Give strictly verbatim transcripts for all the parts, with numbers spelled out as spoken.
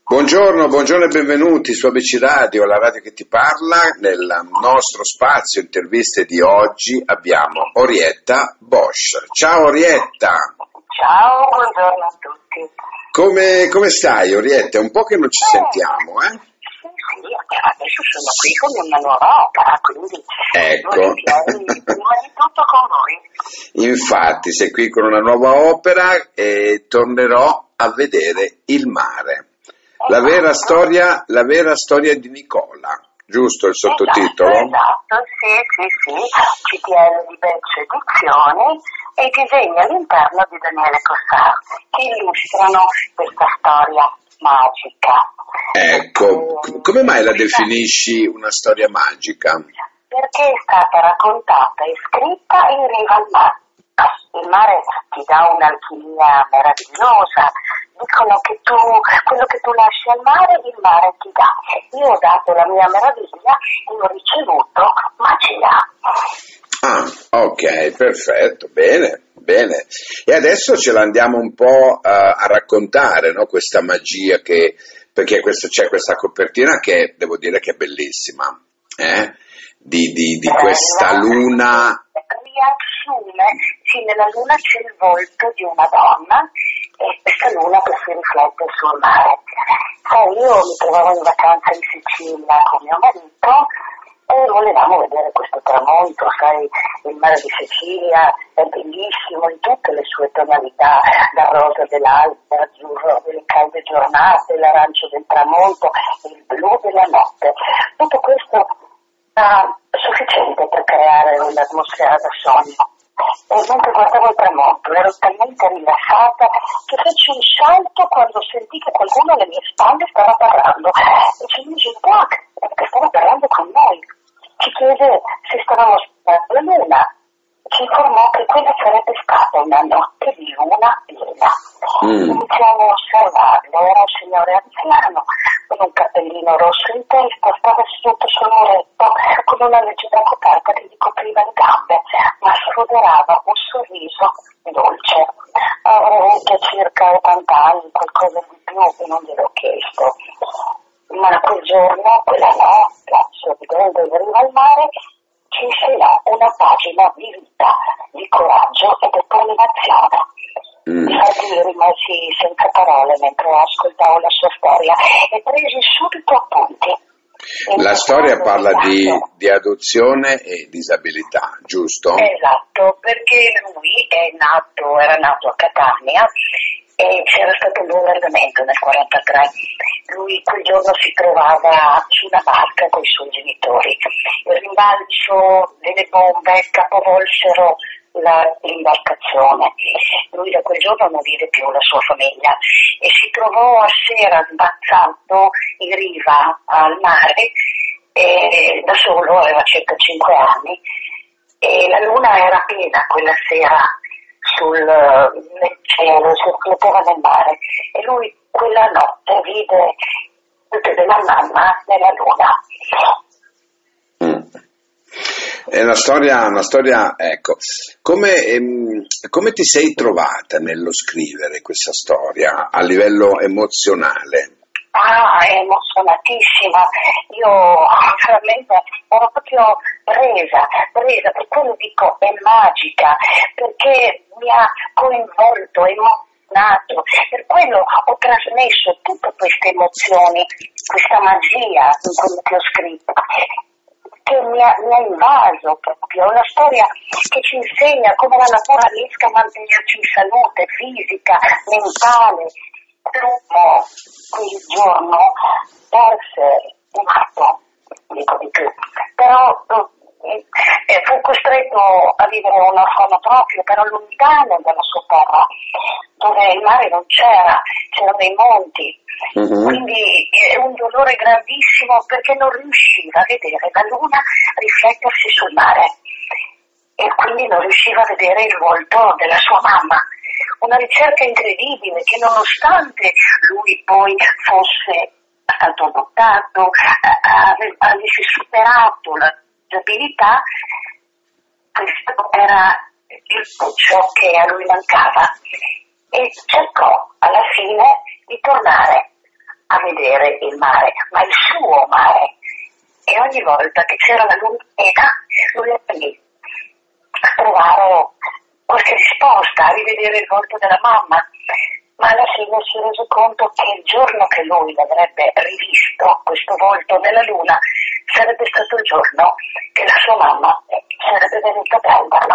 Buongiorno, buongiorno e benvenuti su A B C Radio, la radio che ti parla. Nel nostro spazio interviste di oggi abbiamo Orietta Bosch. Ciao Orietta! Ciao, buongiorno a tutti. Come, come stai Orietta? È un po' che non ci Eh, sentiamo, eh? Sì, sì, adesso sono qui con una nuova opera, quindi Ecco. volentieri, prima di tutto con voi. Infatti, sei qui con una nuova opera e tornerò a vedere il mare. La vera storia, la vera storia di Nicola, giusto il sottotitolo? Esatto, esatto, sì, sì, sì, C T L di Becce Edizioni e disegni all'interno di Daniele Cossar, che illustrano questa storia magica. Ecco, Eh, come mai la definisci una storia magica? Perché è stata raccontata e scritta in riva al mare. Il mare ti dà un'alchimia meravigliosa, dicono che tu, quello che tu lasci al mare, il mare ti dà. Io ho dato la mia meraviglia e ho ricevuto magia. Ah, ok, perfetto, bene, bene. E adesso ce la andiamo un po' uh, a raccontare, no? Questa magia che, perché questo, c'è questa copertina che devo dire che è bellissima, eh? Di, di, di questa luna. Riassume, sì, nella luna c'è il volto di una donna e questa luna che si riflette sul mare. Sai, io mi trovavo in vacanza in Sicilia con mio marito e volevamo vedere questo tramonto, sai, il mare di Sicilia è bellissimo in tutte le sue tonalità, dal rosa dell'alba, l'azzurro delle calde giornate, l'arancio del tramonto, il blu della notte. Tutto questo è sufficiente per creare un'atmosfera da sogno. E mentre guardavo il tramonto ero talmente rilassata che feci un salto quando sentì che qualcuno alle mie spalle stava parlando e ci mise il tac perché stava parlando con noi. Ci chiese se stavamo aspettando la luna. Ci informò che quella sarebbe stata una notte di luna piena. Mm. Iniziamo a osservarlo, era un signore anziano con un cappellino rosso in testa, stava seduto sul muretto con una leggera coperta che gli copriva le gambe, ma sfoderava un sorriso dolce. Avrà avuto circa ottanta anni, qualcosa di più, e non gliel'ho chiesto. Ma quel giorno, quella notte, sorridendo in riva al mare, ci insegnò una pagina di vita, di coraggio e determinazione. Mm. Infatti io rimasi senza parole mentre ascoltavo la sua storia e presi subito appunti. La storia parla di, di adozione e disabilità, giusto? Esatto, perché lui è nato, era nato a Catania e c'era stato un bombardamento nel quarantatré. Lui quel giorno si trovava su una barca con i suoi genitori. Il rimbalzo delle bombe capovolsero la, l'imbarcazione. Lui da quel giorno non vide più la sua famiglia e si trovò a sera sbazzato in riva al mare e da solo, aveva circa cinque anni e la luna era piena quella sera sul nel cielo, si rifletteva nel mare e lui quella notte vide tutte della mamma nella luna. Mm. È una storia, una storia, ecco, come, ehm, come ti sei trovata nello scrivere questa storia a livello emozionale? Ah, è emozionatissima. Io veramente ero proprio presa, presa, per quello dico è magica, perché mi ha coinvolto, emozionato, per quello ho trasmesso tutte queste emozioni, questa magia in quello che ho scritto, che mi ha, mi ha invaso proprio. È una storia che ci insegna come la natura riesca a mantenerci in salute fisica, mentale. L'uomo quel giorno perse un atto, dico di più, però eh, fu costretto a vivere in un orfanotrofio, però lontano dalla sua terra, dove il mare non c'era, c'erano i monti, mm-hmm. Quindi è un dolore grandissimo perché non riusciva a vedere la luna riflettersi sul mare e quindi non riusciva a vedere il volto della sua mamma. Una ricerca incredibile che nonostante lui poi fosse stato adottato, avesse superato la disabilità, questo era ciò che a lui mancava e cercò alla fine di tornare a vedere vedere il mare, ma il suo mare. E ogni volta che c'era la luna piena, lui era lì a trovare qualche risposta, a rivedere il volto della mamma, ma alla fine si è reso conto che il giorno che lui l'avrebbe rivisto, questo volto nella luna, sarebbe stato il giorno che la sua mamma sarebbe venuta a prenderlo.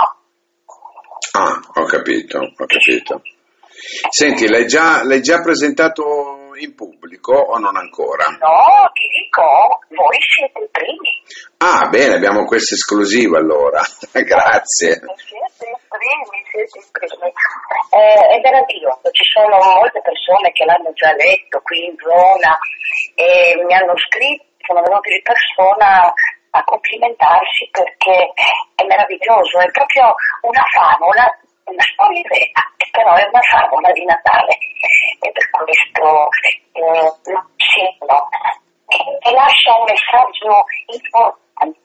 Ah, ho capito, ho capito. Senti, l'hai già, l'hai già presentato in pubblico o non ancora? No, ti dico, voi siete i primi. Ah, bene, abbiamo questa esclusiva allora. Grazie. Siete i primi, siete i primi. Eh, è meraviglioso, ci sono molte persone che l'hanno già letto qui in zona e mi hanno scritto, sono venuti di persona a complimentarsi perché è meraviglioso, è proprio una favola, una storia vera, però è una favola di Natale e per questo eh, lo sento e lascia un messaggio importante.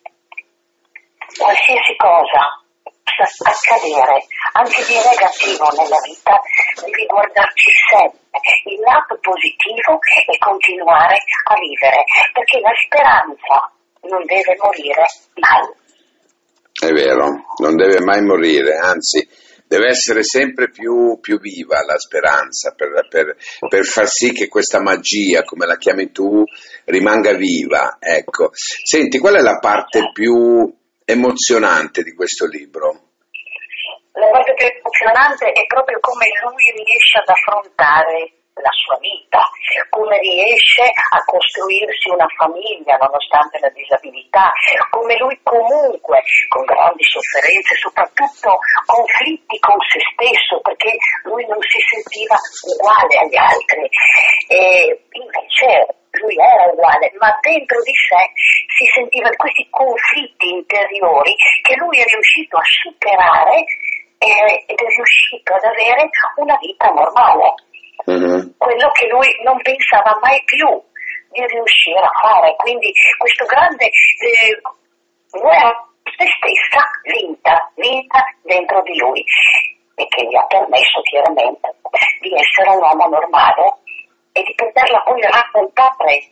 Qualsiasi cosa possa accadere, anche di negativo nella vita, devi guardarci sempre il lato positivo e continuare a vivere, perché la speranza non deve morire mai. È vero, non deve mai morire, anzi deve essere sempre più, più viva la speranza per, per, per far sì che questa magia, come la chiami tu, rimanga viva. Ecco. Senti, qual è la parte più emozionante di questo libro? La parte più emozionante è proprio come lui riesce ad affrontare la sua vita, come riesce a costruirsi una famiglia nonostante la disabilità, come lui comunque con grandi sofferenze, soprattutto conflitti con se stesso, perché lui non si sentiva uguale agli altri e invece lui era uguale, ma dentro di sé si sentiva questi conflitti interiori che lui è riuscito a superare ed è riuscito ad avere una vita normale. Mm-hmm. Quello che lui non pensava mai più di riuscire a fare, quindi questo grande eh, guerra se stessa vinta, vinta dentro di lui e che gli ha permesso chiaramente di essere un uomo normale e di poterla poi raccontare.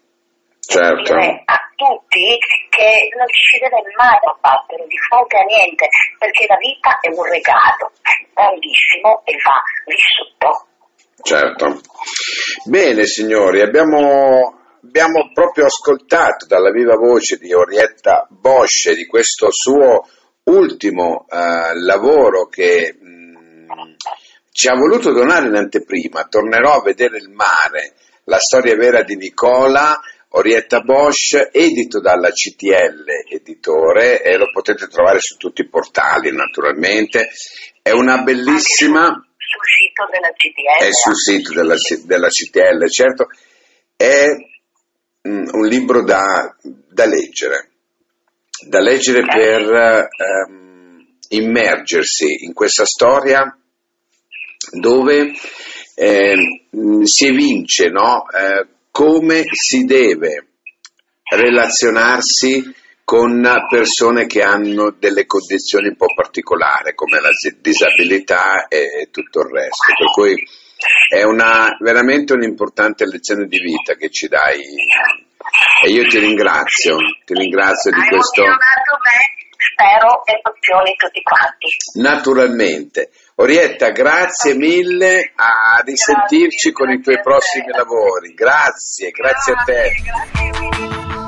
Certo. Dire a tutti che non ci si deve mai abbattere di fronte a niente, perché la vita è un regalo bellissimo e va vissuto. Certo. Bene signori, abbiamo, abbiamo proprio ascoltato dalla viva voce di Orietta Bosch di questo suo ultimo eh, lavoro che mh, ci ha voluto donare in anteprima. Tornerò a vedere il mare, la storia vera di Nicola. Orietta Bosch, edito dalla C T L Editore e lo potete trovare su tutti i portali naturalmente. È una bellissima... Sul sito della C T L. È sul sito della, della C T L, certo. È mm, un libro da, da leggere, da leggere per ehm, immergersi in questa storia dove eh, si evince, no? Eh, come si deve relazionarsi con persone che hanno delle condizioni un po' particolari come la disabilità e tutto il resto, per cui è una, veramente un'importante lezione di vita che ci dai e io ti ringrazio, ti ringrazio di Hai questo. emozionato me, spero emozioni tutti quanti. Naturalmente. Orietta, grazie mille, a risentirci grazie, con i tuoi prossimi lavori. Grazie, grazie, grazie a te. Grazie.